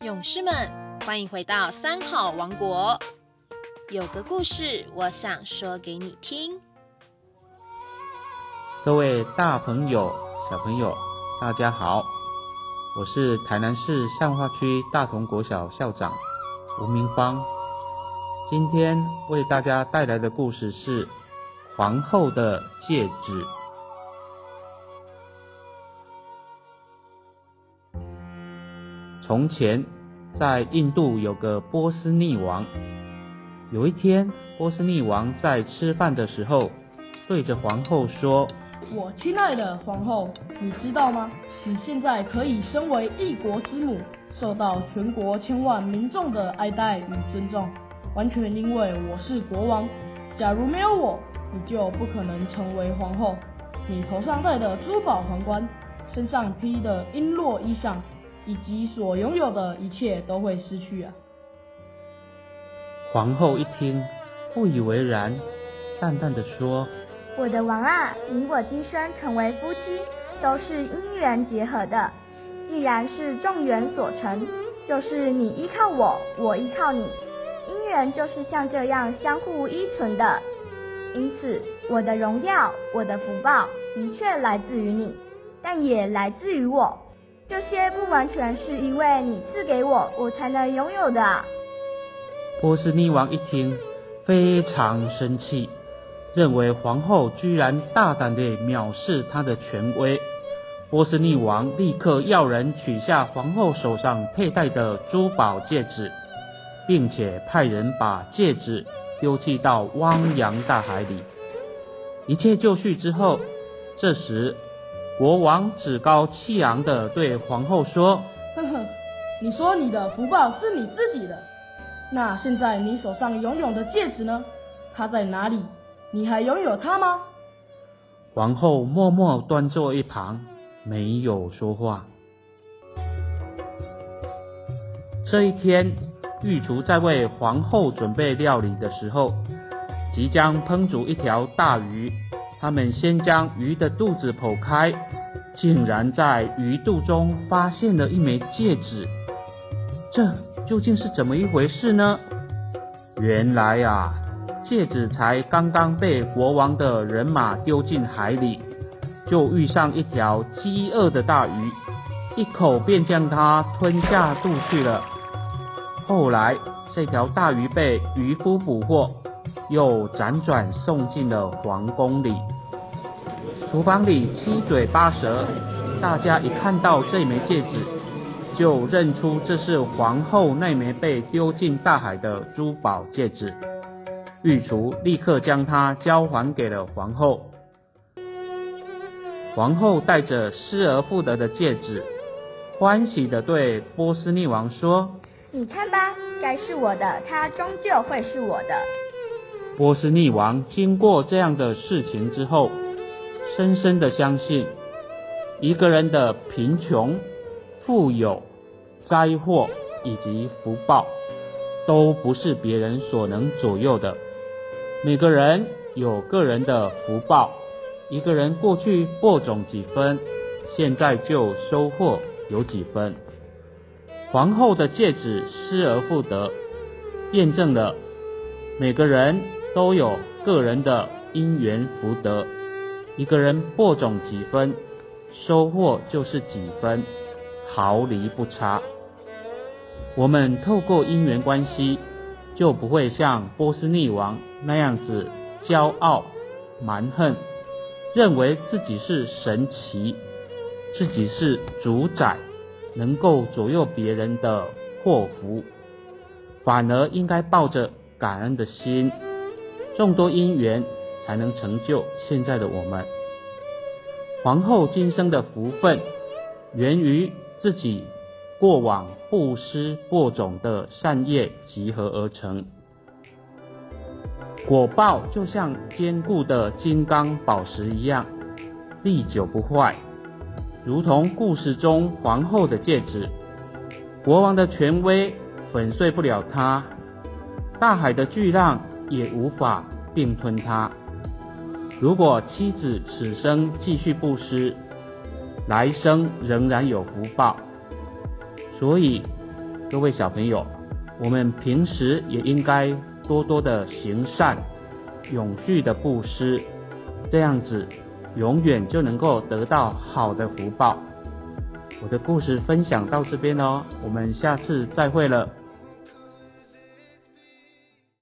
勇士们，欢迎回到三好王国。有个故事，我想说给你听。 各位大朋友、小朋友，大家好，我是台南市善化区大同国小校长吴明芳。今天为大家带来的故事是皇后的戒指。从前，在印度有个波斯匿王。有一天，波斯匿王在吃饭的时候，对着皇后说：“ 我亲爱的皇后，你知道吗？你现在可以身为一国之母，受到全国千万民众的爱戴与尊重，完全因为我是国王。假如没有我，你就不可能成为皇后。你头上戴的珠宝皇冠，身上披的璎珞衣裳，以及所拥有的一切都会失去啊！” 皇后一听，不以为然，淡淡的说：“ 我的王啊，你我今生成为夫妻，都是因缘结合的。既然是众缘所成，就是你依靠我，我依靠你，因缘就是像这样相互依存的。因此，我的荣耀，我的福报，的确来自于你，但也来自于我。这些不完全是因为你赐给我，我才能拥有的啊。” 波斯匿王一听，非常生气，认为皇后居然大胆地藐视他的权威。波斯匿王立刻要人取下皇后手上佩戴的珠宝戒指，并且派人把戒指丢弃到汪洋大海里。一切就绪之后，这时国王趾高气扬地对皇后说：“ 呵呵，你说你的福报是你自己的，那现在你手上拥有的戒指呢？它在哪里？你还拥有它吗？” 皇后默默端坐一旁，没有说话。这一天，御厨在为皇后准备料理的时候，即将烹煮一条大鱼。他们先将鱼的肚子剖开，竟然在鱼肚中发现了一枚戒指。这究竟是怎么一回事呢？原来啊，戒指才刚刚被国王的人马丢进海里，就遇上一条饥饿的大鱼，一口便将它吞下肚去了。后来这条大鱼被渔夫捕获，又辗转送进了皇宫里。厨房里七嘴八舌，大家一看到这枚戒指，就认出这是皇后那枚被丢进大海的珠宝戒指。御厨立刻将它交还给了皇后。皇后带着失而复得的戒指，欢喜地对波斯匿王说：“ 你看吧，该是我的，它终究会是我的。” 波斯匿王经过这样的事情之后，深深地相信，一个人的贫穷、富有、灾祸以及福报，都不是别人所能左右的。每个人有个人的福报，一个人过去播种几分，现在就收获有几分。皇后的戒指失而复得，验证了每个人都有个人的因缘福德，一个人播种几分，收获就是几分，毫厘不差。我们透过因缘关系，就不会像波斯匿王那样子骄傲蛮横，认为自己是神奇，自己是主宰，能够左右别人的祸福，反而应该抱着感恩的心，众多因缘才能成就现在的我们。皇后今生的福分，源于自己过往布施播种的善业集合而成，果报就像坚固的金刚宝石一样，历久不坏。如同故事中皇后的戒指，国王的权威粉碎不了它，大海的巨浪也无法并吞它。如果妻子此生继续布施，来生仍然有福报。所以各位小朋友，我们平时也应该多多的行善，永续的布施，这样子永远就能够得到好的福报。我的故事分享到这边哦，我们下次再会了。